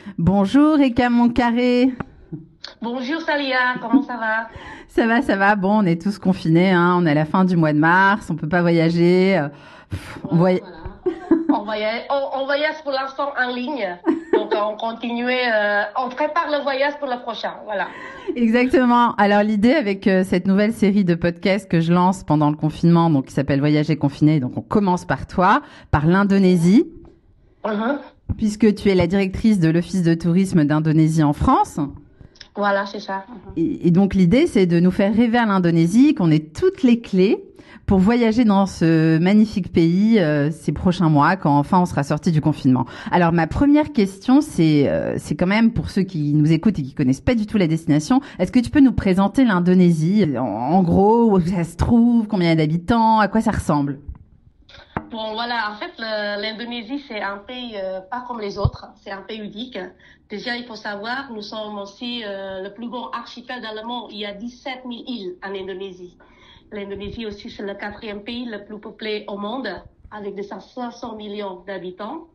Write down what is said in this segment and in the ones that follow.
Bonjour Eka Moncaré. Bonjour Salia, comment ça va? Ça va. Bon, on est tous confinés, hein. On est à la fin du mois de mars, on peut pas voyager. On Voilà, voy- voilà. On voyage pour l'instant en ligne. Donc on continue, on prépare le voyage pour le prochain. Voilà. Exactement. Alors l'idée avec cette nouvelle série de podcasts que je lance pendant le confinement, donc qui s'appelle Voyager confiné, donc on commence par toi, par l'Indonésie, Mhm. puisque tu es la directrice de l'Office de tourisme d'Indonésie en France. Voilà, c'est ça. Mhm. Et donc l'idée, c'est de nous faire rêver à l'Indonésie, qu'on ait toutes les clés pour voyager dans ce magnifique pays ces prochains mois, quand enfin on sera sorti du confinement. Alors ma première question, c'est quand même pour ceux qui nous écoutent et qui connaissent pas du tout la destination, est-ce que tu peux nous présenter l'Indonésie en gros, où ça se trouve, combien il y a d'habitants, à quoi ça ressemble? Bon, voilà, en fait, l'Indonésie, c'est un pays pas comme les autres, c'est un pays unique. Déjà, il faut savoir, nous sommes aussi le plus grand archipel dans le monde. Il y a 17 000 îles en Indonésie. L'Indonésie aussi, c'est le quatrième pays le plus peuplé au monde, avec 500 millions d'habitants.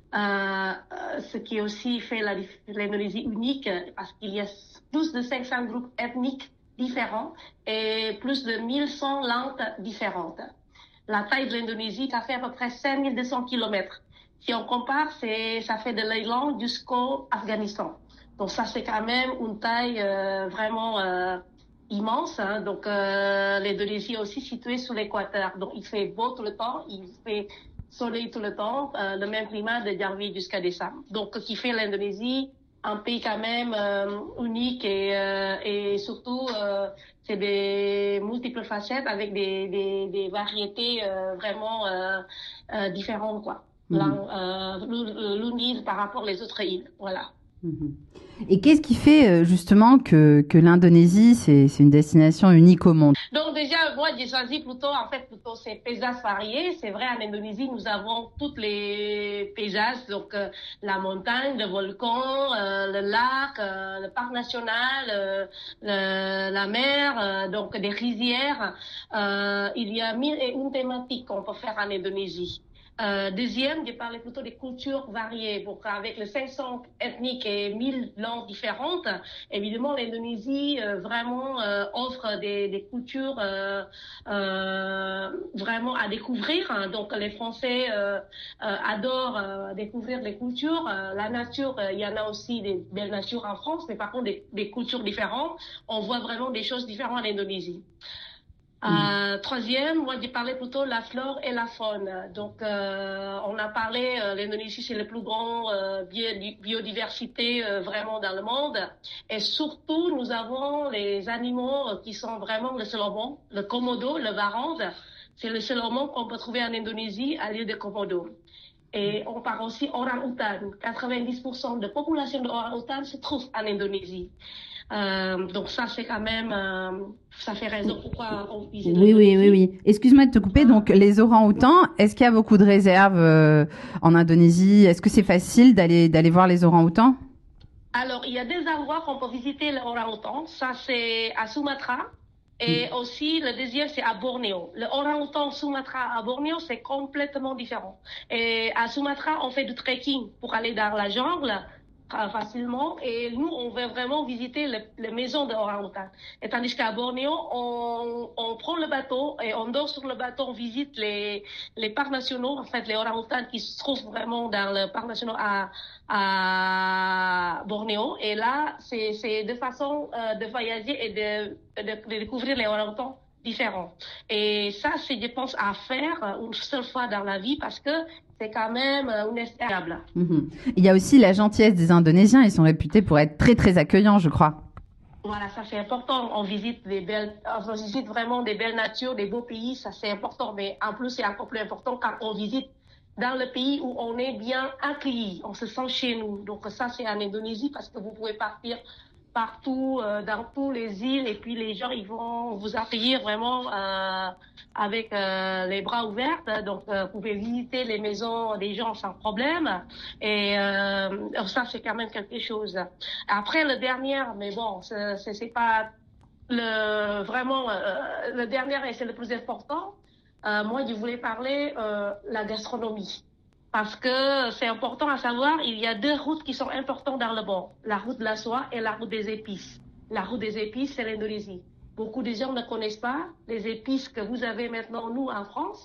Ce qui aussi fait l'Indonésie unique, parce qu'il y a plus de 500 groupes ethniques différents et plus de 1100 langues différentes. La taille de l'Indonésie, ça fait à peu près 5200 kilomètres. Si on compare, ça fait de l'Irlande jusqu'au Afghanistan. Donc ça, c'est quand même une taille vraiment immense. Hein. Donc l'Indonésie est aussi située sous l'équateur. Donc il fait beau tout le temps, il fait soleil tout le temps, le même climat de janvier jusqu'à décembre. Donc ce qui fait l'Indonésie un pays quand même unique et surtout c'est des multiples facettes avec des variétés vraiment différentes quoi. Mhm. L'une île par rapport aux autres îles, voilà. Mhm. Et qu'est-ce qui fait justement que l'Indonésie, c'est une destination unique au monde? Donc déjà, moi, j'ai choisi plutôt, en fait, plutôt ces paysages variés. C'est vrai, en Indonésie, nous avons tous les paysages, donc la montagne, le volcan, le lac, le parc national, la mer, donc des rizières. Il y a mille et une thématiques qu'on peut faire en Indonésie. Deuxième, j'ai parlé plutôt des cultures variées. Donc, avec les 500 ethniques et 1000 langues différentes, évidemment, l'Indonésie vraiment offre des cultures vraiment à découvrir. Hein. Donc, les Français adorent découvrir les cultures. La nature, il y en a aussi des belles natures en France, mais par contre, des cultures différentes. On voit vraiment des choses différentes en Indonésie. Mhm. Troisième, moi j'ai parlé plutôt de la flore et la faune. Donc on a parlé, l'Indonésie c'est le plus grand biodiversité vraiment dans le monde. Et surtout nous avons les animaux qui sont vraiment le seul au monde, le komodo, le varande. C'est le seul au monde qu'on peut trouver en Indonésie à l'île de Komodo. Et on parle aussi orang-outan. 90% de population de orang-outan se trouve en Indonésie. Donc ça, c'est quand même, ça fait raison pourquoi on visite l'Indonésie. Oui. Excuse-moi de te couper. Donc, les orang-outans, est-ce qu'il y a beaucoup de réserves en Indonésie? Est-ce que c'est facile d'aller voir les orang-outans? Alors, il y a des endroits qu'on peut visiter le orang-outan. Ça, c'est à Sumatra. Et aussi, le deuxième, c'est à Bornéo. Le orang-outan Sumatra à Bornéo, c'est complètement différent. Et à Sumatra, on fait du trekking pour aller dans la jungle facilement. Et nous, on veut vraiment visiter les maisons de orang-outan. Et tandis qu'à Bornéo, on prend le bateau et on dort sur le bateau, on visite les parcs nationaux, en fait, les orang-outans qui se trouvent vraiment dans le parc national à Bornéo. Et là, c'est de façon de voyager et de découvrir les orang-outans différents. Et ça, c'est, je pense, à faire une seule fois dans la vie parce que c'est quand même une expérience. Mhm. Il y a aussi la gentillesse des Indonésiens. Ils sont réputés pour être très, très accueillants, je crois. Voilà, ça c'est important. On visite vraiment des belles natures, des beaux pays, ça c'est important. Mais en plus, c'est encore plus important quand on visite dans le pays où on est bien accueilli, on se sent chez nous. Donc ça c'est en Indonésie parce que vous pouvez partir partout, dans tous les îles et puis les gens ils vont vous accueillir vraiment avec les bras ouverts. Donc vous pouvez visiter les maisons des gens sans problème. Et ça c'est quand même quelque chose. Après le dernier, mais bon, c'est pas vraiment le dernier et c'est le plus important. Moi, je voulais parler la gastronomie. Parce que c'est important à savoir, il y a deux routes qui sont importantes dans le monde. La route de la soie et la route des épices. La route des épices, c'est l'Indonésie. Beaucoup de gens ne connaissent pas les épices que vous avez maintenant, nous, en France.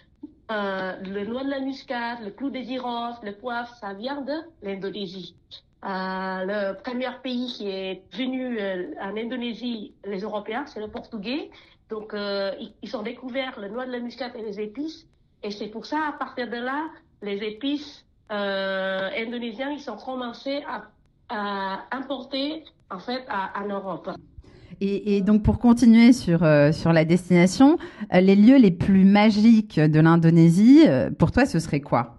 Le noix de la muscade, le clou de girofle, le poivre, ça vient de l'Indonésie. Le premier pays qui est venu en Indonésie, les Européens, c'est le Portugais. Donc, ils ont découvert le noix de la muscade et les épices. Et c'est pour ça, à partir de là, les épices indonésiens, ils ont commencé à importer, en fait, en Europe. Et donc pour continuer sur la destination, les lieux les plus magiques de l'Indonésie, pour toi, ce serait quoi?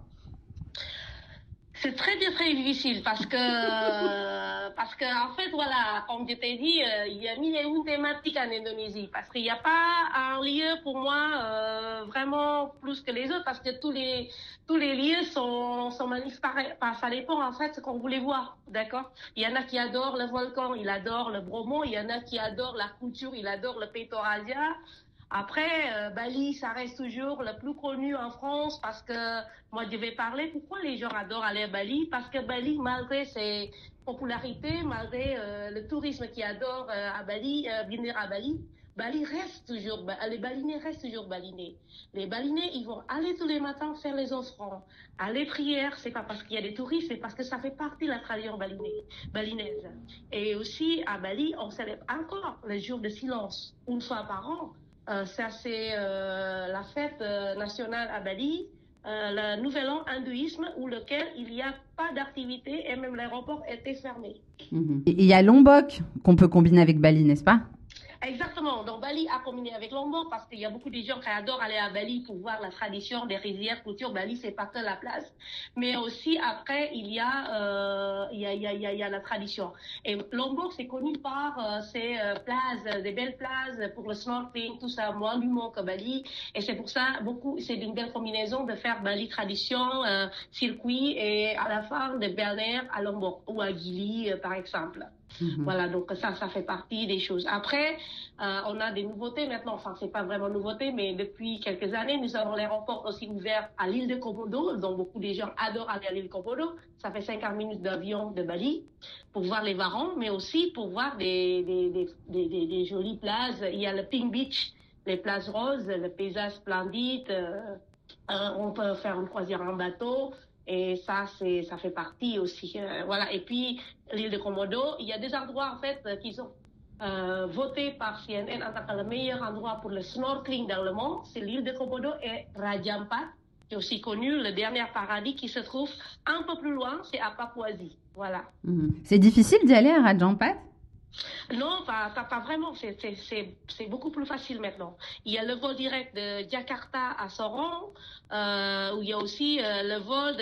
C'est très difficile parce que en fait voilà, comme je t'ai dit, il y a mille et une thématiques en Indonésie parce qu'il n'y a pas un lieu pour moi vraiment plus que les autres parce que tous les lieux sont magnifiques. Ça dépend en fait ce qu'on voulait voir, d'accord? Il y en a qui adorent le volcan, il adore le Bromo, il y en a qui adorent la culture, il adore le Petoraja. Après, Bali, ça reste toujours le plus connu en France parce que moi, je vais parler pourquoi les gens adorent aller à Bali. Parce que Bali, malgré ses popularités, malgré le tourisme qui adore à Bali, venir à Bali, Bali reste toujours, les Balinais restent toujours Balinais. Les Balinais, ils vont aller tous les matins faire les offrandes. Aller prier, c'est pas parce qu'il y a des touristes, c'est parce que ça fait partie de la tradition balinaise. Et aussi, à Bali, on célèbre encore le jour de silence, une fois par an. Ça, c'est la fête nationale à Bali, le nouvel an hindouisme, où lequel il n'y a pas d'activité et même l'aéroport était fermé. Et il y a Lombok qu'on peut combiner avec Bali, n'est-ce pas? Exactement. Donc, Bali a combiné avec Lombok parce qu'il y a beaucoup de gens qui adorent aller à Bali pour voir la tradition des rizières, culture. Bali, c'est pas que la place. Mais aussi, après, il y a la tradition. Et Lombok, c'est connu par ses plages, des belles plages pour le snorkeling, tout ça, moins d'humour que Bali. Et c'est pour ça, c'est une belle combinaison de faire Bali tradition, circuit et à la fin de balnéaire à Lombok ou à Gili, par exemple. Voilà, donc ça fait partie des choses. Après, on a des nouveautés maintenant. Enfin, c'est pas vraiment nouveauté, mais depuis quelques années, nous avons l'aéroport aussi ouvert à l'île de Komodo. Donc, beaucoup de gens adorent aller à l'île de Komodo. Ça fait 50 minutes d'avion de Bali pour voir les varans, mais aussi pour voir des jolies plages. Il y a le Pink Beach, les plages roses, le paysage splendide. On peut faire une croisière en bateau. Et ça fait partie aussi. Voilà. Et puis, l'île de Komodo, il y a des endroits, en fait, qui sont votés par CNN en tant que le meilleur endroit pour le snorkeling dans le monde. C'est l'île de Komodo et Raja Ampat, qui est aussi connu, le dernier paradis qui se trouve un peu plus loin, c'est à Papouasie. Voilà. C'est difficile d'y aller à Raja Ampat? Non, pas vraiment. C'est beaucoup plus facile maintenant. Il y a le vol direct de Jakarta à Sorong, où il y a aussi le vol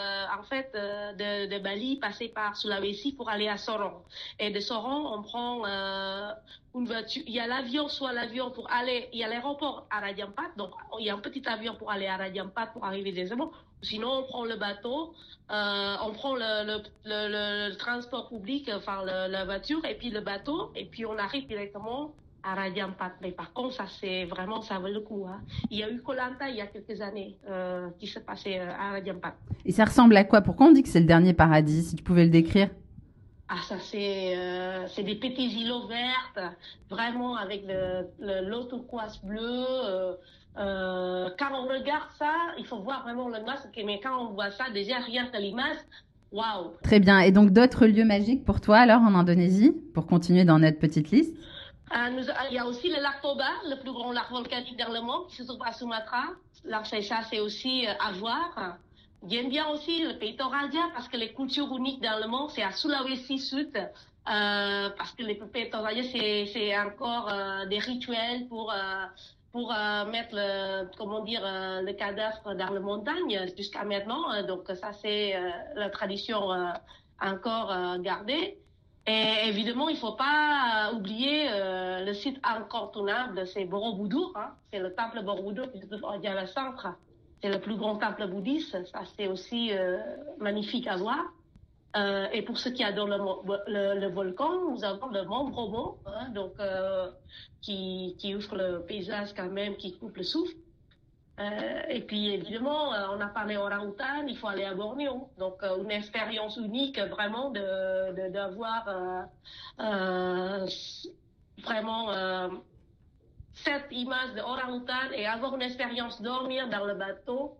de Bali passer par Sulawesi pour aller à Sorong. Et de Sorong, on prend une voiture. Il y a l'avion, soit l'avion pour aller. Il y a l'aéroport à Raja Ampat, donc il y a un petit avion pour aller à Raja Ampat pour arriver directement. Sinon, on prend le bateau, on prend le transport public, enfin la voiture, et puis le bateau, et puis on arrive directement à Raja Ampat. Mais par contre, ça vaut le coup. Hein. Il y a eu Koh Lanta il y a quelques années qui se passait à Raja Ampat. Et ça ressemble à quoi? Pourquoi on dit que c'est le dernier paradis? Si tu pouvais le décrire. Ah, ça c'est des petits îlots verts, vraiment avec l'eau turquoise bleue. Quand on regarde ça, il faut voir vraiment l'image, mais quand on voit ça, déjà rien que l'image, waouh! Très bien. Et donc d'autres lieux magiques pour toi alors en Indonésie, pour continuer dans notre petite liste? Il y a aussi le lac Toba, le plus grand lac volcanique dans le monde, qui se trouve à Sumatra. Là, ça c'est aussi à voir. J'aime bien aussi le Petoraja parce que les cultures uniques dans le monde, c'est à Sulawesi Sud. Parce que le Petoraja, c'est encore des rituels pour mettre le cadavre dans la montagne jusqu'à maintenant. Donc ça, c'est la tradition encore gardée. Et évidemment, il faut pas oublier le site incontournable, c'est Borobudur. Hein. C'est le temple Borobudur qui se trouve au centre. C'est le plus grand temple bouddhiste. Ça, c'est aussi magnifique à voir. Et pour ceux qui adorent le volcan, nous avons le mont Bromo, hein, donc qui ouvre le paysage quand même, qui coupe le souffle. Et puis évidemment, on a parlé orang-outan, il faut aller à Bornéo. Donc une expérience unique vraiment d'avoir euh, vraiment cette image de orang-outan et avoir une expérience dormir dans le bateau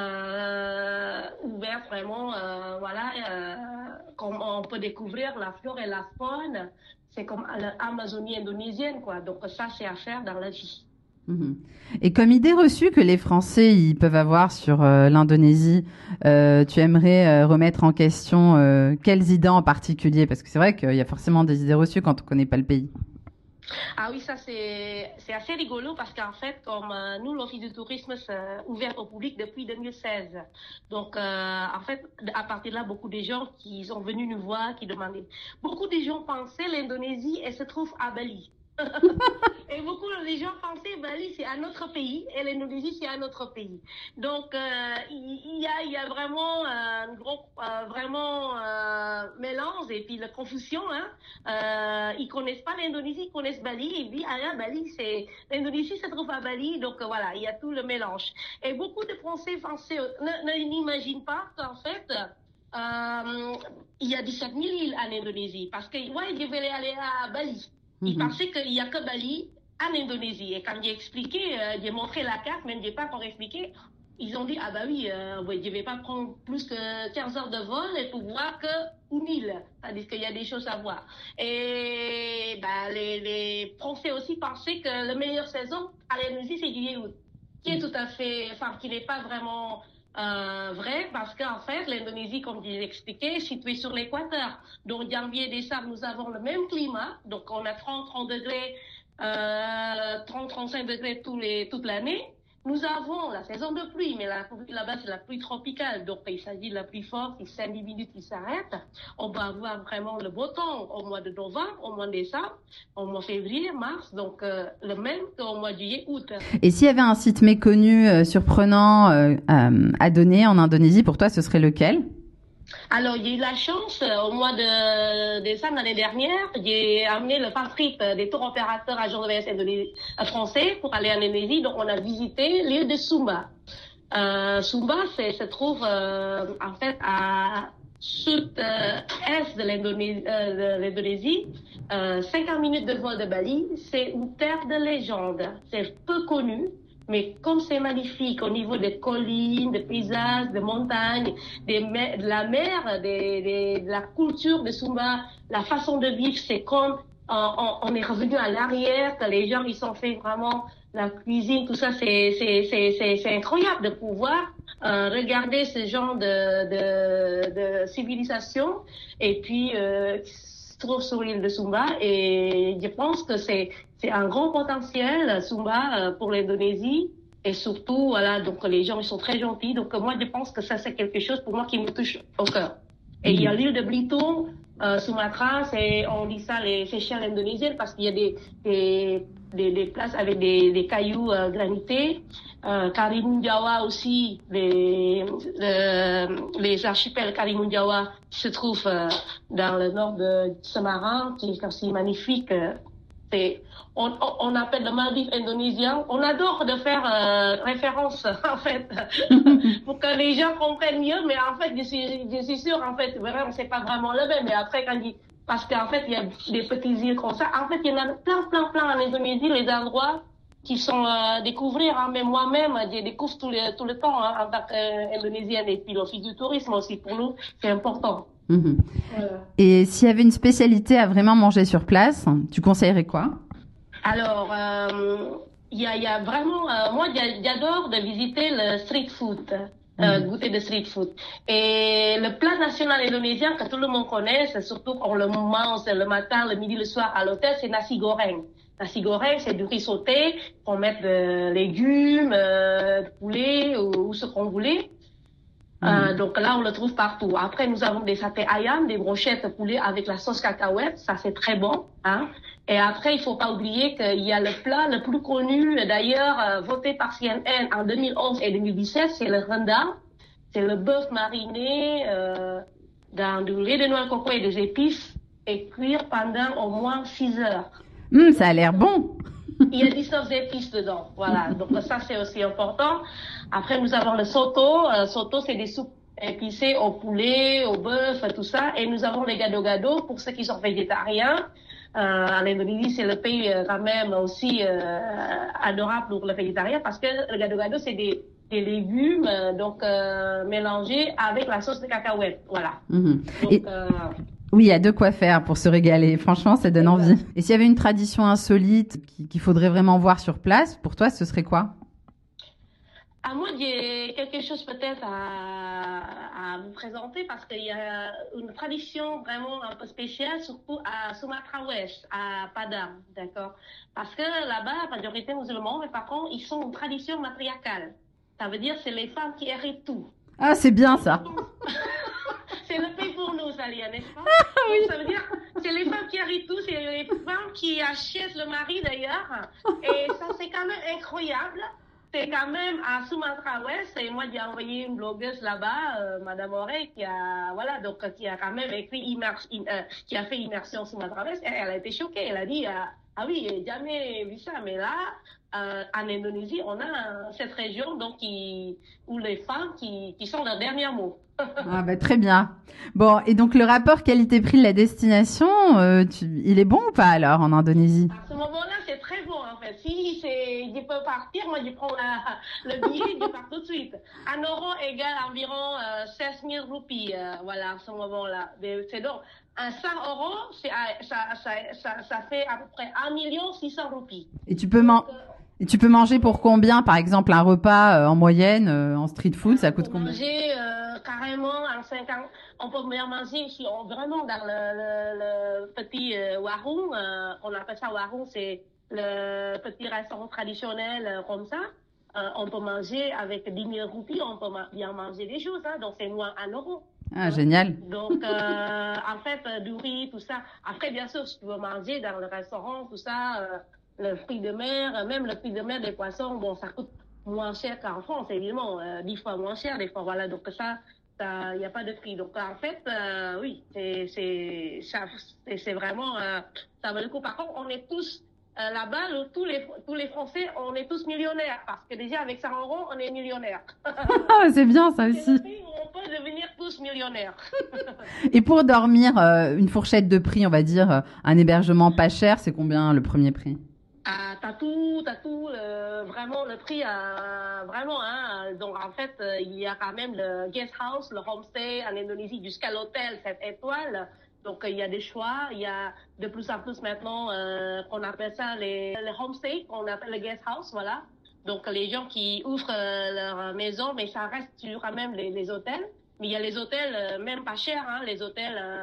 ouvert vraiment, voilà, comme on peut découvrir la flore et la faune. C'est comme l'Amazonie indonésienne, quoi. Donc ça, c'est à faire dans la vie. Et comme idée reçue que les Français ils peuvent avoir sur l'Indonésie, tu aimerais remettre en question quelles idées en particulier? Parce que c'est vrai qu'il y a forcément des idées reçues quand on connaît pas le pays. Ah oui, ça c'est assez rigolo parce qu'en fait, comme nous, l'Office du tourisme s'est ouvert au public depuis 2016. Donc, en fait, à partir de là, beaucoup de gens qui sont venus nous voir, qui demandaient. Beaucoup de gens pensaient l'Indonésie, elle se trouve à Bali. Et beaucoup de gens pensaient Bali c'est un autre pays et l'Indonésie c'est un autre pays. Donc il y a vraiment un gros vraiment mélange et puis la confusion. Ils connaissent pas l'Indonésie, ils connaissent Bali et puis Bali c'est l'Indonésie se trouve à Bali donc voilà il y a tout le mélange. Et beaucoup de Français n'imaginent pas qu'en fait il y a 17 000 îles en Indonésie parce que ouais je vais aller à Bali. Ils pensaient qu'il n'y a que Bali en Indonésie. Et quand j'ai expliqué, j'ai montré la carte, même j'ai pas encore expliqué, ils ont dit, ah bah oui, je vais pas prendre plus que 15 heures de vol et pour voir qu'une île. C'est-à-dire qu'il y a des choses à voir. Et bah, les Français aussi pensaient que la meilleure saison à l'Indonésie, c'est juillet-août. Qui est tout à fait, enfin, qui n'est pas vraiment vrai parce qu'en fait l'Indonésie comme je l'ai expliqué est située sur l'équateur donc janvier décembre nous avons le même climat donc on a 30 degrés 30-35 degrés toute l'année. Nous avons la saison de pluie, mais là-bas, c'est la pluie tropicale. Donc, il s'agit de la pluie forte, qui 5-10 minutes, qui s'arrête. On va avoir vraiment le beau temps au mois de novembre, au mois de décembre, au mois de février, mars. Donc, le même qu'au mois de juillet, août. Et s'il y avait un site méconnu, surprenant à donner en Indonésie, pour toi, ce serait lequel? Alors, j'ai eu la chance, au mois de décembre l'année dernière, j'ai amené le Patrick des tours opérateurs agents de voyage français pour aller en Indonésie. Donc, on a visité l'île de Sumba. Sumba, se trouve en fait à sud-est de l'Indonésie, 50 minutes de vol de Bali. C'est une terre de légende. C'est peu connu. Mais comme c'est magnifique au niveau des collines, des paysages, des montagnes, de la mer, de la culture de Sumba, la façon de vivre, c'est comme on est revenu à l'arrière, que les gens ils ont fait vraiment la cuisine, tout ça, c'est incroyable de pouvoir regarder ce genre de civilisation et puis se trouve sur l'île de Sumba et je pense que c'est un grand potentiel, Sumba, pour l'Indonésie. Et surtout, voilà, donc les gens, ils sont très gentils. Donc moi, je pense que ça, c'est quelque chose pour moi qui me touche au cœur. Et il y a l'île de Belitung, Sumatra, on dit ça les Seychelles indonésiennes parce qu'il y a des places avec des cailloux granités. Karimun Jawa aussi, les archipels Karimun Jawa se trouvent dans le nord de Semarang, qui est aussi magnifique. On appelle le Maldives indonésien. On adore de faire référence en fait pour que les gens comprennent mieux. Mais en fait, je suis sûre en fait, vraiment, c'est pas vraiment le même. Mais après, parce qu'en fait, il y a des petites îles comme ça. En fait, il y en a plein en Indonésie, les endroits qui sont découvrir. Mais moi-même, je découvre tout le temps en tant qu'Indonésienne et puis l'Office du tourisme aussi pour nous, c'est important. Voilà. Et s'il y avait une spécialité à vraiment manger sur place, tu conseillerais quoi? Alors, il y a vraiment, moi j'adore de visiter le street food, goûter de street food. Et le plat national indonésien que tout le monde connaît, c'est surtout qu'on le mange le matin, le midi, le soir à l'hôtel, c'est nasi goreng. Nasi goreng, c'est du riz sauté, on met de légumes, de poulet ou ce qu'on voulait. Donc là, on le trouve partout. Après, nous avons des satés ayam, des brochettes de poulet avec la sauce cacahuète. Ça, c'est très bon. Et après, il faut pas oublier qu'il y a le plat le plus connu, d'ailleurs, voté par CNN en 2011 et 2017, c'est le rendang. C'est le bœuf mariné dans du lait de noix de coco et des épices et cuire pendant au moins 6 heures. Ça a l'air bon. Il y a 19 épices dedans. Voilà. Donc ça, c'est aussi important. Après, nous avons le soto. Soto, c'est des soupes épicées au poulet, au bœuf, tout ça. Et nous avons les gado-gado pour ceux qui sont végétariens. En Indonésie, c'est le pays quand même aussi adorable pour le végétarien parce que le gado-gado, c'est des légumes mélangés avec la sauce de cacahuète. Voilà. Donc, oui, il y a de quoi faire pour se régaler. Franchement, ça donne envie. Et s'il y avait une tradition insolite qu'il faudrait vraiment voir sur place, pour toi, ce serait quoi? À moi, j'ai quelque chose peut-être à vous présenter parce qu'il y a une tradition vraiment un peu spéciale, surtout à Sumatra Ouest, à Padang, d'accord? Parce que là-bas, la majorité musulmane, mais par contre, ils sont une tradition matriarcale. Ça veut dire c'est les femmes qui héritent tout. Ah, c'est bien ça. C'est le pays pour nous, Salia, n'est-ce pas? Oui. Donc, ça veut dire c'est les femmes qui héritent tout, c'est les femmes qui achètent le mari d'ailleurs. Et ça, c'est quand même incroyable. C'est quand même à Sumatra Ouest, et moi j'ai envoyé une blogueuse là-bas, Madame Auré, qui a quand même écrit qui a fait immersion Sumatra Ouest, et elle a été choquée, elle a dit ah oui, j'ai jamais vu ça, mais là en Indonésie, on a cette région où les femmes qui sont leur dernier mot. Ah bah très bien. Bon, et donc le rapport qualité-prix de la destination, il est bon ou pas alors en Indonésie? À ce moment-là, c'est très bon en fait. Si je peux partir, moi je prends le billet, je pars tout de suite. 1 euro égale environ 16 000 roupies, voilà, à ce moment-là. C'est donc, un 100 euros, ça fait à peu près 1 600 000 roupies. Et tu peux manger pour combien, par exemple, un repas en moyenne en street food, ça coûte combien? Manger carrément en 50, on peut bien manger si on vraiment dans le petit warung, on appelle ça warung, c'est le petit restaurant traditionnel comme ça. On peut manger avec 10 000 roupies, on peut bien manger des choses, hein, donc c'est moins 1 euro. Ah, génial. Donc, en fait, du riz, tout ça. Après, bien sûr, si tu veux manger dans le restaurant, tout ça, le fruit de mer, même le fruit de mer des poissons, bon, ça coûte moins cher qu'en France, évidemment, 10 fois moins cher des fois, voilà. Donc ça, il n'y a pas de prix. Donc en fait, oui, c'est vraiment, ça vaut le coup. Par contre, on est tous là-bas, tous les Français, on est tous millionnaires parce que déjà avec 100 euros, on est millionnaire. Ah, c'est bien ça aussi. C'est le pays où on peut devenir tous millionnaires. Et pour dormir, une fourchette de prix, on va dire, un hébergement pas cher, c'est combien le premier prix? T'as tout, vraiment le prix, vraiment, hein. Donc en fait, il y a quand même le guest house, le homestay en Indonésie jusqu'à l'hôtel 7 étoiles. Donc il y a des choix, il y a de plus en plus maintenant qu'on appelle ça les homestay, qu'on appelle le guest house, voilà. Donc les gens qui ouvrent leur maison, mais ça reste quand même les hôtels. Mais il y a les hôtels même pas chers, hein, les hôtels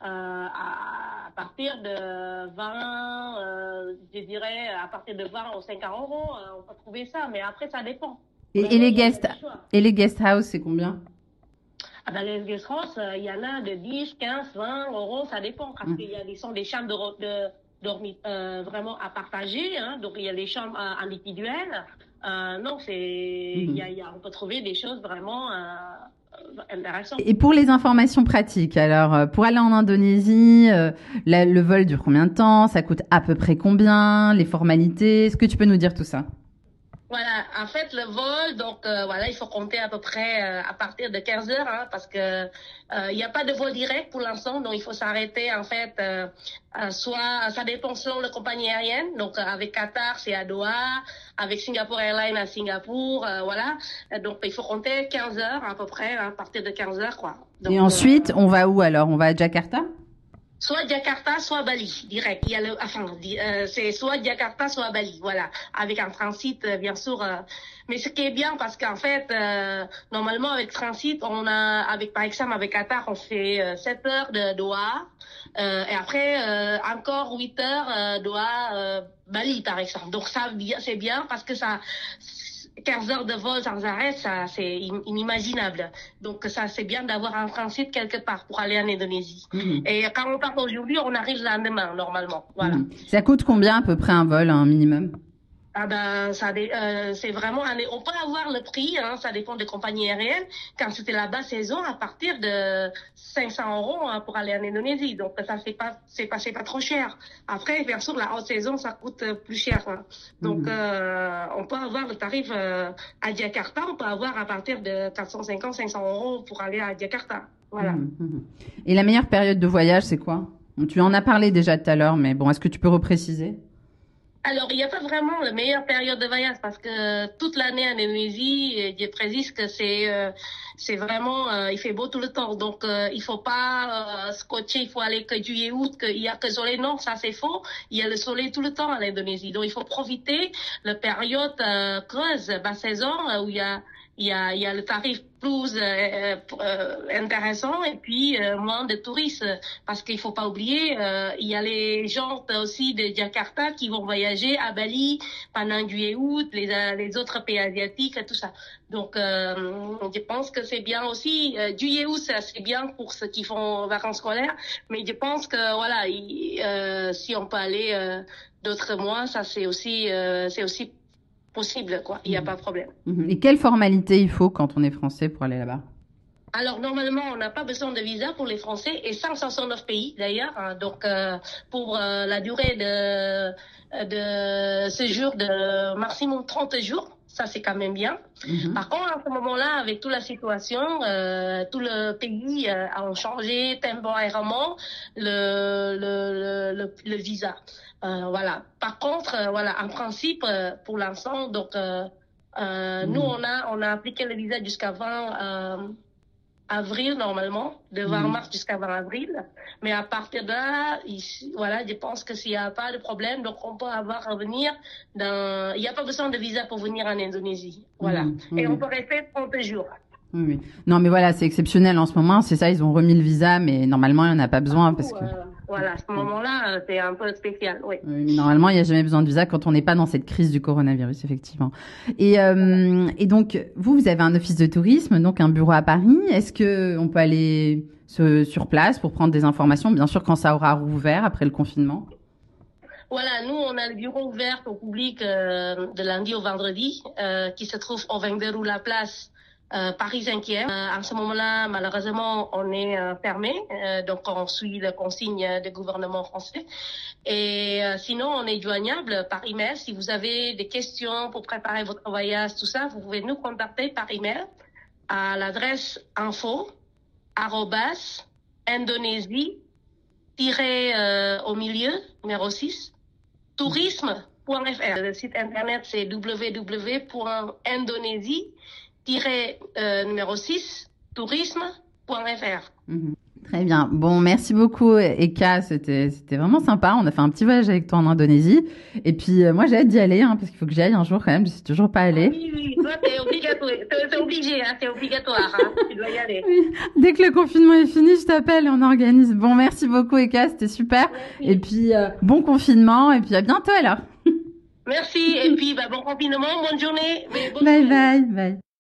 à partir de 20, je dirais à partir de 20 ou 50 euros, on peut trouver ça, mais après ça dépend. Et les guest house, c'est combien? Ah ben, les guest house, il y en a de 10, 15, 20 euros, ça dépend, parce qu'il y a des chambres de dormir vraiment à partager, hein, donc il y a les chambres individuelles. Non, on peut trouver des choses vraiment intéressantes. Et pour les informations pratiques, alors pour aller en Indonésie, le vol dure combien de temps? Ça coûte à peu près combien? Les formalités? Est-ce que tu peux nous dire tout ça? Voilà, en fait, le vol, donc voilà, il faut compter à peu près à partir de 15 heures, hein, parce que il n'y a pas de vol direct pour l'instant, donc il faut s'arrêter en fait, soit ça dépend selon la compagnie aérienne, donc avec Qatar c'est à Doha, avec Singapore Airlines à Singapour, voilà, donc il faut compter 15 heures à peu près, à partir de 15 heures quoi. Donc, et ensuite, on va où alors? On va à Jakarta? Soit Jakarta, soit Bali, direct. Il y a c'est soit Jakarta, soit Bali, voilà, avec un transit, bien sûr. Mais ce qui est bien, parce qu'en fait, normalement avec transit, par exemple, avec Qatar, on fait 7 heures de Doha, et après encore 8 heures Doha, Bali, par exemple. Donc ça, c'est bien parce que ça. 15 heures de vol sans arrêt, ça, c'est inimaginable. Donc, ça, c'est bien d'avoir un transit quelque part pour aller en Indonésie. Et quand on part aujourd'hui, on arrive le lendemain, normalement. Voilà. Ça coûte combien à peu près un vol, un minimum? Ah ben, c'est vraiment, on peut avoir le prix, hein, ça dépend des compagnies aériennes. Quand c'était la basse saison, à partir de 500 € hein, pour aller en Indonésie. Donc ça c'est pas trop cher. Après, bien sûr, la haute saison, ça coûte plus cher. Hein. Donc on peut avoir le tarif à Jakarta, on peut avoir à partir de 450-500 € pour aller à Jakarta. Voilà. Et la meilleure période de voyage, c'est quoi? Tu en as parlé déjà tout à l'heure, mais bon, est-ce que tu peux repréciser? Alors, il n'y a pas vraiment la meilleure période de voyage parce que toute l'année en Indonésie, je précise que c'est vraiment, il fait beau tout le temps. Donc, il faut pas scotcher, il faut aller que juillet, août, qu'il y a que le soleil. Non, ça c'est faux. Il y a le soleil tout le temps en Indonésie. Donc, il faut profiter la période creuse, basse saison, où il y a le tarif plus intéressant et puis moins de touristes parce qu'il faut pas oublier il y a les gens aussi de Jakarta qui vont voyager à Bali pendant juillet août, les autres pays asiatiques et tout ça. Donc je pense que c'est bien aussi juillet août c'est bien pour ceux qui font vacances scolaires, mais je pense que voilà si on peut aller d'autres mois, ça c'est aussi possible, quoi. Il n'y a pas de problème. Et quelle formalité il faut quand on est français pour aller là-bas? Alors, normalement, on n'a pas besoin de visa pour les Français et 169 pays, d'ailleurs. Hein, donc, pour la durée de séjour de maximum 30 jours, ça, c'est quand même bien. Par contre, à ce moment-là, avec toute la situation, tout le pays a changé temporairement le visa. Voilà. Par contre, voilà, en principe, pour l'instant, donc, nous, on a appliqué le visa jusqu'à 20 avril, normalement, de 20 mars jusqu'à 20 avril. Mais à partir de là, voilà, je pense que s'il n'y a pas de problème, donc on peut avoir à venir il n'y a pas besoin de visa pour venir en Indonésie. Voilà. Et on peut rester 30 jours. Oui. Non, mais voilà, c'est exceptionnel en ce moment. C'est ça, ils ont remis le visa, mais normalement, il n'y en a pas besoin parce que... Voilà, à ce moment-là, c'est un peu spécial, oui. Oui, mais normalement, il n'y a jamais besoin de visa quand on n'est pas dans cette crise du coronavirus, effectivement. Et donc, vous avez un office de tourisme, donc un bureau à Paris. Est-ce que on peut aller sur place pour prendre des informations, bien sûr, quand ça aura rouvert après le confinement? Voilà, nous, on a le bureau ouvert au public de lundi au vendredi, qui se trouve au 22 rue La Place, Paris 5e. En ce moment-là, malheureusement, on est fermé, donc on suit les consignes du gouvernement français. Et sinon, on est joignable par email. Si vous avez des questions pour préparer votre voyage, tout ça, vous pouvez nous contacter par email à l'adresse info@indonésie au milieu, numéro 6, tourisme.fr. Le site internet, c'est www.indonésie-numéro 6, tourisme.fr. Très bien. Bon, merci beaucoup, Eka. C'était vraiment sympa. On a fait un petit voyage avec toi en Indonésie. Et puis, moi, j'ai hâte d'y aller, hein, parce qu'il faut que j'y aille un jour quand même. Je suis toujours pas allée. Oui, toi, c'est obligatoire. C'est obligé, hein, c'est obligatoire. Hein, tu dois y aller. Oui. Dès que le confinement est fini, je t'appelle et on organise. Bon, merci beaucoup, Eka. C'était super. Merci. Et puis, bon confinement. Et puis, à bientôt alors. Merci. Et puis, bon confinement, bonne journée. Bye.